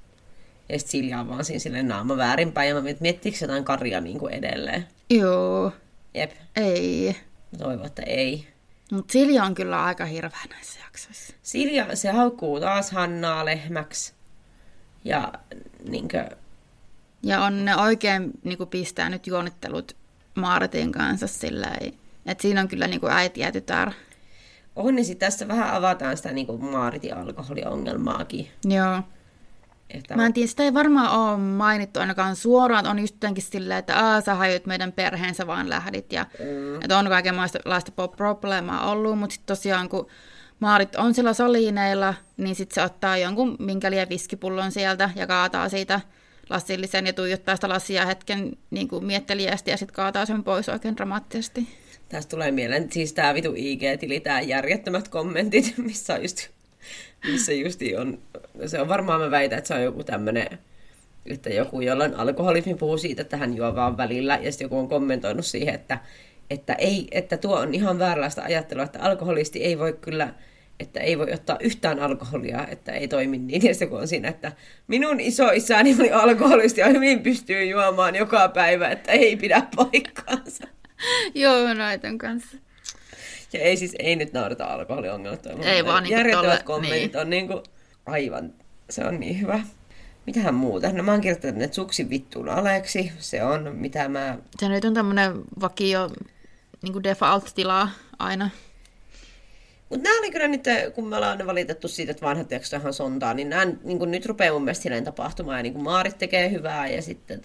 Ja sitten Silja on vaan siinä silleen naama väärinpäin, ja mä mietin, että miettikö jotain Karja niin kuin edelleen. Joo. Jep. Ei. Toivon, että ei. Mutta Silja on kyllä aika hirveä näissä jaksoissa. Silja, se haukkuu taas Hannaa lehmäksi. Ja niinkö... Ja on ne oikein niinku pistää nyt juonittelut Maaritin kanssa silleen, että siinä on kyllä niinku äiti ja tytär. On, niin sitten tässä vähän avataan sitä niinku Maaritin alkoholiongelmaakin. Joo. Mä en tiedä, sitä ei varmaan ole mainittu ainakaan suoraan, on just jotenkin silleen, että sä hajut meidän perheen, sä vaan lähdit, ja että on kaikenlaista probleemaa ollut, mutta sitten tosiaan kun Maarit on sillä saliineilla, niin sitten se ottaa jonkun minkä liian viskipullon sieltä ja kaataa siitä lasillisen ja tuijottaa sitä lasia hetken niin kuin mietteliästi ja sitten kaataa sen pois oikein dramaattisesti. Tästä tulee mieleen siis tää vitu IG-tili, tää järjettömät kommentit, missä justi on, se on varmaan mä väitän, että se on joku tämmönen, että joku jollain alkoholismi puhuu siitä, että hän juo vaan välillä, ja sitten joku on kommentoinut siihen, että tuo on ihan vääränlaista ajattelua, että alkoholisti ei voi kyllä, että ei voi ottaa yhtään alkoholia, että ei toimi niin. Ja sitten kun on siinä, että minun isoisäni oli alkoholisti ja hyvin pystyy juomaan joka päivä, että ei pidä paikkaansa. Joo, näiden kanssa. Ja ei nyt naurata alkoholiongelmat. Ei vaan niin järjettävät kommentit on niinku aivan, se on niin hyvä. Mitähän muuta? No mä oon kirjoittanut, että suksin vittuun Aleksi. Se on, mitä mä... Se nyt on tämmönen vakio niinku default-tilaa aina. Mutta nämä oli kyllä nyt, kun me ollaan valitettu siitä, että vanhat tekstit ihan sontaa, niin nämä niin nyt rupeaa mun mielestä silleen tapahtumaan. Ja niin kuin Maarit tekee hyvää ja sitten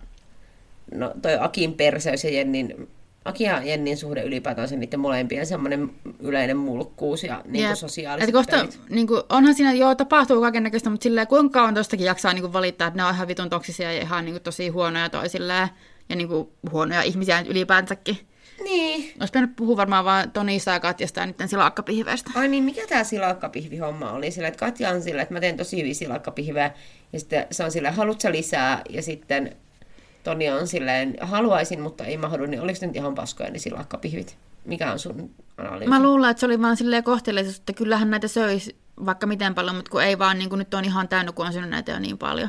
no toi Akin perseys ja Aki ja Jennin suhde ylipäätään se niiden molempien semmoinen yleinen mulkkuus ja niin sosiaaliset pelit. Niin kuin, onhan siinä tapahtuu kaikennäköistä, mutta silleen, kuinka kauan tostakin jaksaa niin kuin valittaa, että ne on ihan vitun toksisia ja ihan niin kuin, tosi huonoja toisilleen ja niin kuin, huonoja ihmisiä ylipäänsäkin. Niin. Olisi pitänyt puhua varmaan vaan Tonista ja Katjasta ja niiden silakkapihveistä. Ai niin, mikä tää silakkapihvi-homma oli? Sillä, että Katja on sillä, että mä teen tosi hyviä silakkapihveä ja sitten se on sillä, haluatko sä lisää ja sitten... Toni on silleen, haluaisin, mutta ei mahdu, niin oliko nyt ihan paskoja ne silakkapihvit? Mikä on sun analyysi? Mä luulen, että se oli vaan silleen kohteellisuus, että kyllähän näitä söisi vaikka miten paljon, mutta kun ei vaan, niin kuin nyt on ihan täynnä, kun on syönyt näitä jo niin paljon.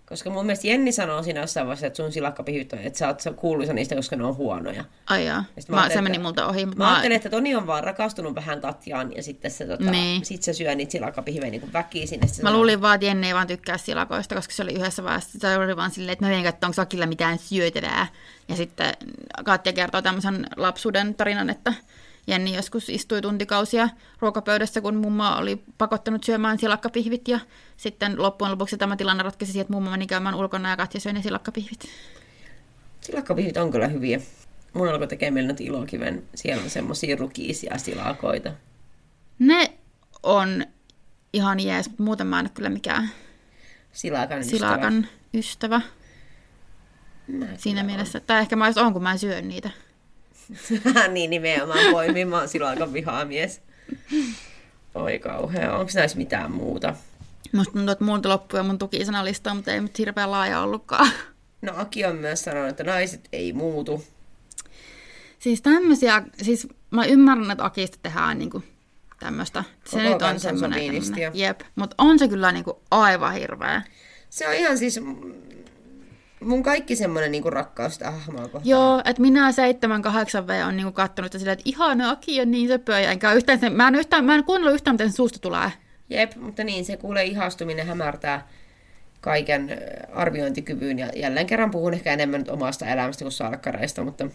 Koska mun mielestä Jenni sanoo siinä jossain vaiheessa, että sun silakkapihvit on, että sä oot kuuluisa niistä, koska ne on huonoja. Ai jaa. Se meni multa ohi. Mä ajattelin, että Toni on vaan rakastunut vähän Tatjaan ja sitten sit se syö niitä silakkapihvejä niin väkisin. Mä luulin vaan, että Jenni ei vaan tykkää silakoista, koska se oli yhdessä vaiheessa. Se oli vaan silleen, että mä menen katsomaan, onko Sakilla mitään syötävää. Ja sitten Katja kertoo tämmöisen lapsuuden tarinan, että Jenni joskus istui tuntikausia ruokapöydässä, kun mummo oli pakottanut syömään silakkapihvit. Ja sitten loppujen lopuksi tämä tilanne ratkesi siihen, että mummo meni käymään ulkona ja Katja söi ne silakkapihvit. Silakkapihvit on kyllä hyviä. Mun alkoi tekemään nyt Ilokiven. Siellä on semmosia rukiisia silakoita. Ne on ihan jees, mutta muuten mä en ole kyllä mikään silakan ystävä. Siinä mielessä. Tai ehkä mä on, kun mä en syö niitä. Niin nimenomaan poimin. Mä oon silakan vihaamies. Oi kauhea. Onko näissä mitään muuta? Musta tuntuu, että multa loppui mun tukisanalista, mutta ei nyt hirveän laaja ollutkaan. No Aki on myös sanonut, että naiset ei muutu. Siis tämmöisiä, siis mä ymmärrän, että Akista tehdään niinku tämmöistä. Se nyt on semmoinen, jep, mutta on se kyllä niinku aivan hirveä. Se on ihan siis mun kaikki semmoinen niinku rakkaus sitä hahmoa kohtaan. Joo, että minä 7-8V on niinku kattonut silleen, että ihana Aki on niin söpöä, enkä yhtään sen, mä en kuunnellut yhtään, miten sen suusta tulee. Jep, mutta niin, se kuulee ihastuminen hämärtää kaiken arviointikyvyn, ja jälleen kerran puhun ehkä enemmän nyt omasta elämästä kuin salkkareista, mutta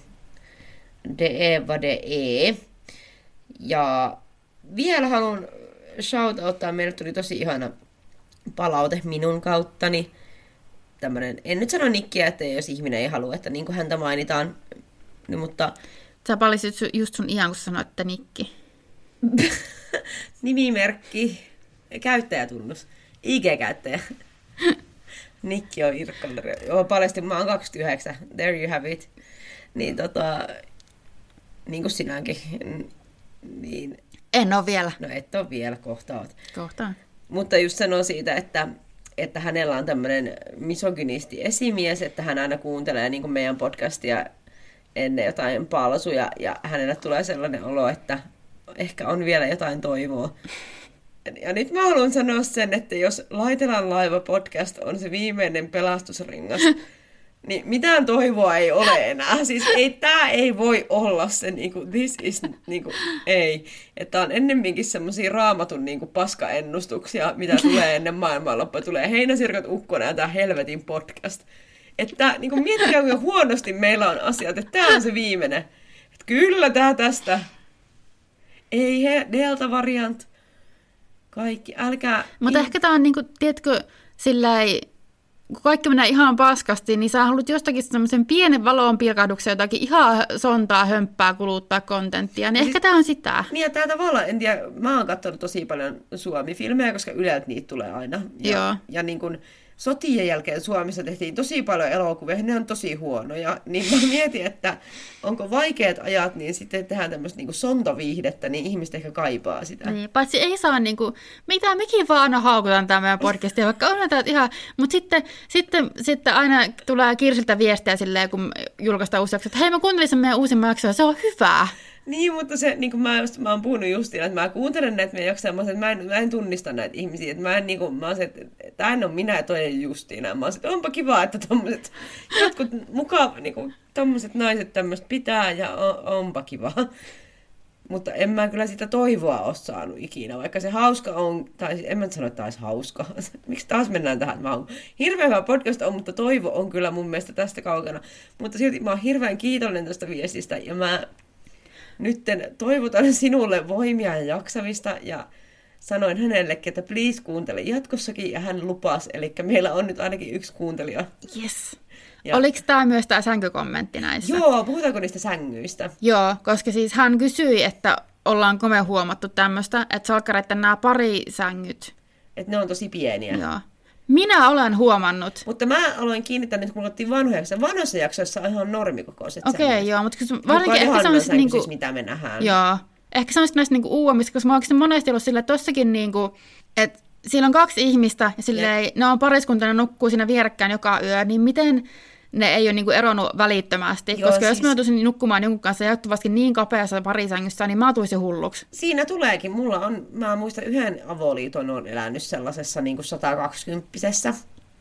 Ja vielä haluan shoutouttaa, meille tuli tosi ihana palaute minun kauttani. Tämmönen, en nyt sano nikkiä, että jos ihminen ei halua, että niin kuin häntä mainitaan, niin, mutta... Sä palisit just sun iän, kun sanoit, että nikki. Nimimerkki, käyttäjätunnus, IG-käyttäjä. Nikki on Irkkaleri. Joo, paljastin, mä oon 29, there you have it. Niin niin kuin sinäkin. Niin... En ole vielä. No et ole vielä, kohta oot. Kohta. Mutta just sanoo siitä, että hänellä on tämmöinen misogynisti esimies, että hän aina kuuntelee niin kuin meidän podcastia ennen jotain palsuja, ja hänelle tulee sellainen olo, että ehkä on vielä jotain toivoa. Ja nyt mä haluan sanoa sen, että jos Laitelan laiva podcast on se viimeinen pelastusringas, niin mitään toivoa ei ole enää. Siis tää ei voi olla se, niinku, this is, niinku, ei. Että on ennemminkin semmosia raamatun niinku, paskaennustuksia, mitä tulee ennen maailmanloppua. Tulee Heinäsirkat Ukkonen ja tää helvetin podcast. Että niinku, miettikää, kuinka huonosti meillä on asiat, että tää on se viimeinen. Että kyllä tää tästä. Ei Delta-variant. Kaikki, älkää... Mutta ehkä tää on niinku, tiedätkö, silleen... Kun kaikki menee ihan paskasti, niin sä haluat jostakin semmoisen pienen valon pilkahduksen, jotakin ihan sontaa, hömppää, kuluttaa kontenttia, niin ehkä tää on sitä. Niin ja tää tavallaan, en tiedä, mä oon katsonut tosi paljon Suomi-filmejä, koska Yleltä niitä tulee aina. Ja niin kun sotien jälkeen Suomessa tehtiin tosi paljon elokuvia, ne on tosi huonoja, niin mä mietin, että onko vaikeat ajat, niin sitten tehdään tämmöistä niin sontoviihdettä, niin ihmiset ehkä kaipaa sitä. Niin, paitsi ei saa niinku, mitä mekin vaan aina haukutaan tämä meidän podcastia, vaikka on tämä ihan, mutta sitten aina tulee Kirsiltä viestiä silleen, kun julkaistaan uusi jakso, että hei mä kuuntelin sen meidän uusimman jaksoa, se on hyvää. Niin, mutta se, niin kuin mä oon puhunut justiin, että mä kuuntelen näitä meidän jaksoja, että mä en tunnista näitä ihmisiä, että mä oon se, että tää en ole minä ja toinen Justiina. Mä oon se, että onpa kiva, että tommoset jotkut mukaan, niin kuin tommoset naiset tämmöistä pitää ja onpa kiva. Mutta en mä kyllä sitä toivoa ole saanut ikinä, vaikka se hauska on, tai en mä sano, että tämä olisi hauska. Miksi taas mennään tähän? Mä oon hirveän hyvä podcast on, mutta toivo on kyllä mun mielestä tästä kaukana. Mutta silti mä oon hirveän kiitollinen tästä viestistä ja mä nytten toivotan sinulle voimia ja jaksamista ja sanoin hänellekin, että please kuuntele jatkossakin ja hän lupasi, eli meillä on nyt ainakin yksi kuuntelija. Yes. Ja... Oliko tämä myös tämä sänkykommentti näissä? Joo, puhutaanko niistä sängyistä? Joo, koska siis hän kysyi, että ollaanko me huomattu tämmöistä, että salkkareiden nämä parisängyt. Että ne on tosi pieniä. Joo. Minä olen huomannut. Mutta mä aloin kiinnittää nyt, kun otettiin vanhoissa jaksoissa on ihan normikokoiset sängyt. Joo, mutta varsinkin ehkä sellaiset niinku... siis mitä me nähdään. Joo, ehkä sellaiset näistä niinku uudemmista, koska mä oon monesti ollut silleen, että tossakin niinku, että siellä on 2 ihmistä ja silleen, ne on pariskunta, ne nukkuu siinä vierekkäin joka yö, niin miten ne ei ole niinku eronnut välittömästi? Joo, koska siis... jos mä tulisin nukkumaan jonkun kanssa jatkuvasti niin kapeassa parisängyssä, niin mä tulisin hulluksi. Siinä tuleekin. Mulla on, mä muistan yhden avoliiton on elänyt sellaisessa niin kuin 120-pisessä.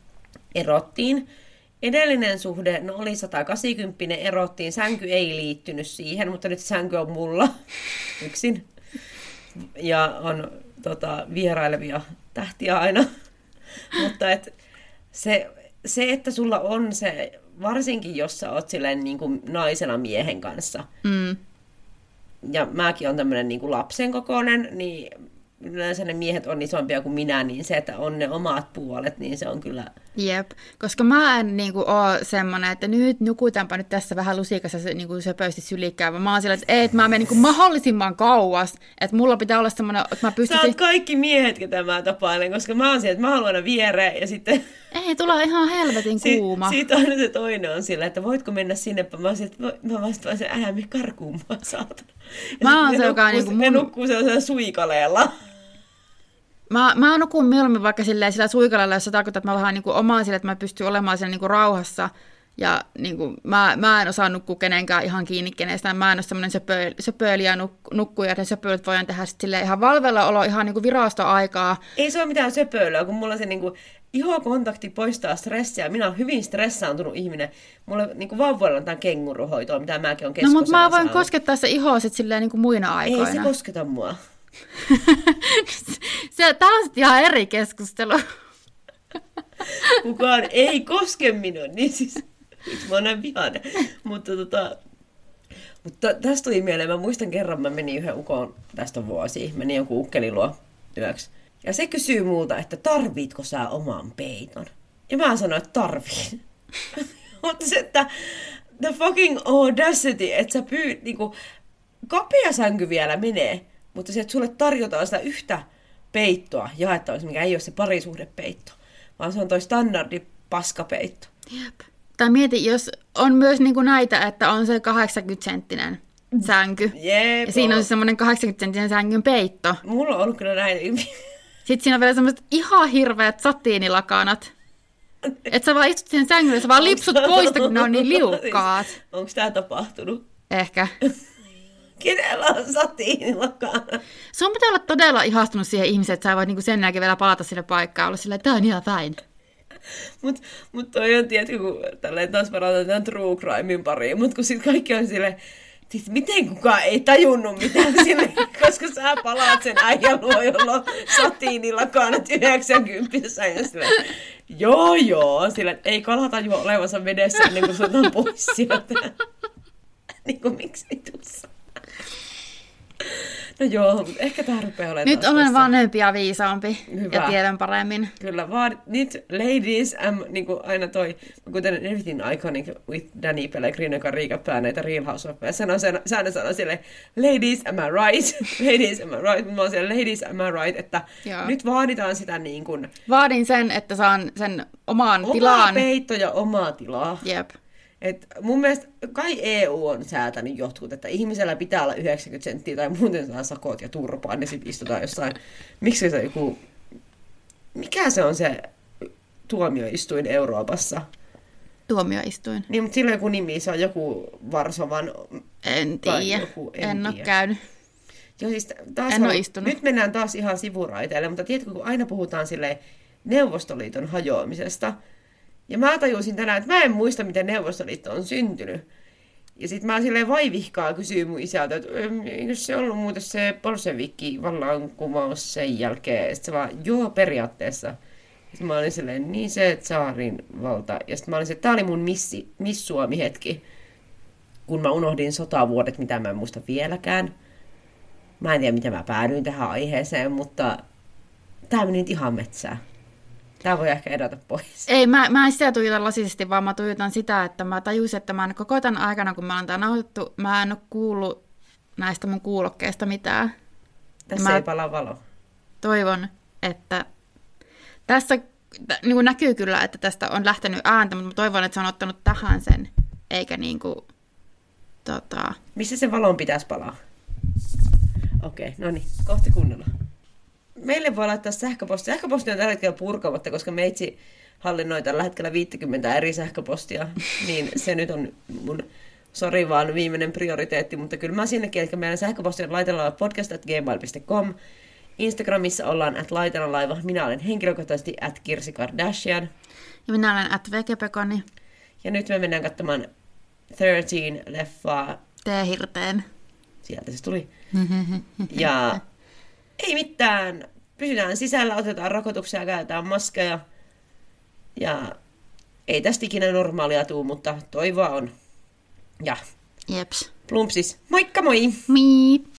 erottiin. Edellinen suhde, no oli 180, erottiin, sänky ei liittynyt siihen, mutta nyt sänky on mulla yksin. Ja on vierailevia tähtiä aina. Mutta se, että sulla on se, varsinkin jos sä oot silleen niin kuin naisena miehen kanssa, ja mäkin on tämmöinen niin kuin lapsen kokoinen, niin yleensä ne miehet on isompia kuin minä, niin se, että on ne omat puolet, niin se on kyllä... Jep, koska mä en niinku ole semmoinen, että nyt nukutaanpa nyt tässä vähän lusikassa se, niinku söpöisesti sylikkään, vaan mä oon sillä, että mä menen niinku mahdollisimman kauas, että mulla pitää olla semmoinen, että mä pystyisin... Sä oot kaikki miehet, ketä mä tapailen, koska mä oon siellä, että mä haluan aina viereen, ja sitten... Ei, tulee ihan helvetin kuuma. Siitä aina se toinen on sillä, että voitko mennä sinne, mä oon siellä, että mä vastaan sen me karkuun mua, saatana. Mä oon se, joka on niinku mun... Ne nukkuu sellaisella suikaleella. Mä nukun mieluummin vaikka sillä suikalalla, jos se tarkoittaa, että mä vähän niinku omaan sille, että mä pystyn olemaan siellä niinku rauhassa. Ja niinku, mä en osaa nukkua kenenkään ihan kiinni kenestä. Mä en ole semmoinen söpöilijä nukkuja, että söpöilyt voidaan tehdä sitten ihan valvella olo ihan niinku virastoaikaa. Ei se ole mitään söpöilyä, kun mulla se niinku ihokontakti poistaa stressiä. Minä olen hyvin stressaantunut ihminen. Mulla niinku vauvoilla on tämän kenguruhoitoa, mitä mäkin olen keskosena. No, mutta mä voin koskettaa se ihoa sitten silleen niinku muina aikoina. Ei se kosketa mua. Tämä on sitten ihan eri keskustelu. Kukaan ei koske minua, niin siis mä oon näin vihainen. Mutta tästä tuli mieleen, mä muistan kerran, mä menin yhden ukon, tästä on vuosia, menin jonkun ukkelin luo yöksi. Ja se kysyy multa, että tarvitko sä oman peiton? Ja mä sanoin, että tarviin. Mutta se, että the fucking audacity, että sä niinku, kapea sänky vielä menee, mutta se, että sulle tarjotaan sitä yhtä peittoa jaettavaksi, mikä ei ole se parisuhdepeitto, vaan se on toi standardi paskapeitto. Jep. Tai mieti, jos on myös niinku näitä, että on se 80-senttinen sänky. Jep. Ja siinä on se semmoinen 80-senttinen sängyn peitto. Mulla on ollut kyllä näin. Sitten siinä on vielä semmoiset ihan hirveät satiinilakanat. Että sä vaan istut siihen sängylle, sä vaan lipsut poista, kun ne on niin liukkaat. Onko tää tapahtunut? Ehkä. Kenellä on satiinilakana? Sun pitää olla todella ihastunut siihen ihmiseen, että sä voit niinku sen jälkeen vielä palata sinne paikkaan ja olla silleen, että tää on ihan fine. Mut toi on, tiedätkö, kun tälleen taas varataan tämän true crimein pariin, mutta kun sit kaikki on silleen, miten kukaan ei tajunnut mitään sille, koska sä palaat sen äijän luo, jolla on satiinilakanat 90 ja silleen, joo, silleen, ei kala tajua olevansa vedessä ennen kuin se otetaan pois sieltä. Niin kuin miksi tuossa? No joo, mutta ehkä tämä rupeaa olemaan. Nyt olen vanhempi ja viisaampi. Hyvä. Ja tiedän paremmin. Kyllä, vaan nyt ladies, niin kuin aina toi, kuten Everything Iconic with Danny Pellegrino, joka riikäppää näitä Real Housewives. Säännö sanoo silleen, ladies, am I right? Ladies, am I right? Mutta mä oon siellä, ladies, am I right? Että joo. Nyt vaaditaan sitä niin kuin... Vaadin sen, että saan sen omaan tilaan. Omaa peitto ja omaa tilaa. Jep. Et mun mielestä kai EU on säätänyt jotkut, että ihmisellä pitää olla 90 senttiä tai muuten saa sakot ja turpaan ja sitten istutaan jossain. Miksi se joku... Mikä se on se tuomioistuin Euroopassa? Tuomioistuin? Niin, mutta sillä on joku nimi, se on joku Varsovan... En tiedä, en ole käynyt. Joo, siis taas en ole istunut. Nyt mennään taas ihan sivuraiteille, mutta tiedätkö, kun aina puhutaan silleen Neuvostoliiton hajoamisesta, ja mä tajusin tänään, että mä en muista, miten Neuvostoliitto on syntynyt. Ja sit mä silleen vaivihkaa kysyin mun isältä, että eikö se ollut muuten se bolshevikki vallankumous sen jälkeen. Sitten se vaan, joo, periaatteessa. Sitten mä olin silleen, niin se tsaarin valta. Ja sitten mä olin silleen, että tää oli mun Miss Suomi-hetki. Kun mä unohdin sotavuodet, mitä mä en muista vieläkään. Mä en tiedä, miten mä päädyin tähän aiheeseen, mutta tää meni nyt ihan metsään. Tää voi ehkä edetä pois. Ei, mä en sitä tuijota lasisesti, vaan mä tuijotan sitä, että mä tajusin, että mä en koko tämän aikana, kun mä oon tää nauhoitettu, mä en ole kuullut näistä mun kuulokkeista mitään. Tässä ei palaa valo. Toivon, että tässä niin näkyy kyllä, että tästä on lähtenyt ääntä, mutta mä toivon, että se on ottanut tähän sen, eikä niin kuin, Missä se valon pitäisi palaa? Okei, no niin, kohti kuunnellaan. Meille voi laittaa sähköpostia. Sähköposti on tällä hetkellä purkamatta, koska meitsi hallinnoi tällä hetkellä 50 eri sähköpostia. Niin se nyt on mun, sori vaan, viimeinen prioriteetti. Mutta kyllä mä sinnekin, että meidän sähköpostia laitellaan podcast@gmail.com. Instagramissa ollaan @laitanalaiva. Minä olen henkilökohtaisesti @Kirsi Kardashian. Ja minä olen @vegepekoni. Ja nyt me mennään katsomaan 13-leffaa. T-hirteen. Sieltä se tuli. Ja ei mitään. Pysytään sisällä, otetaan rokotuksia, käytetään maskeja. Ja ei tästä ikinä normaalia tuu, mutta toivoa on. Ja Jeps. plumpsis. Moikka moi! Mii.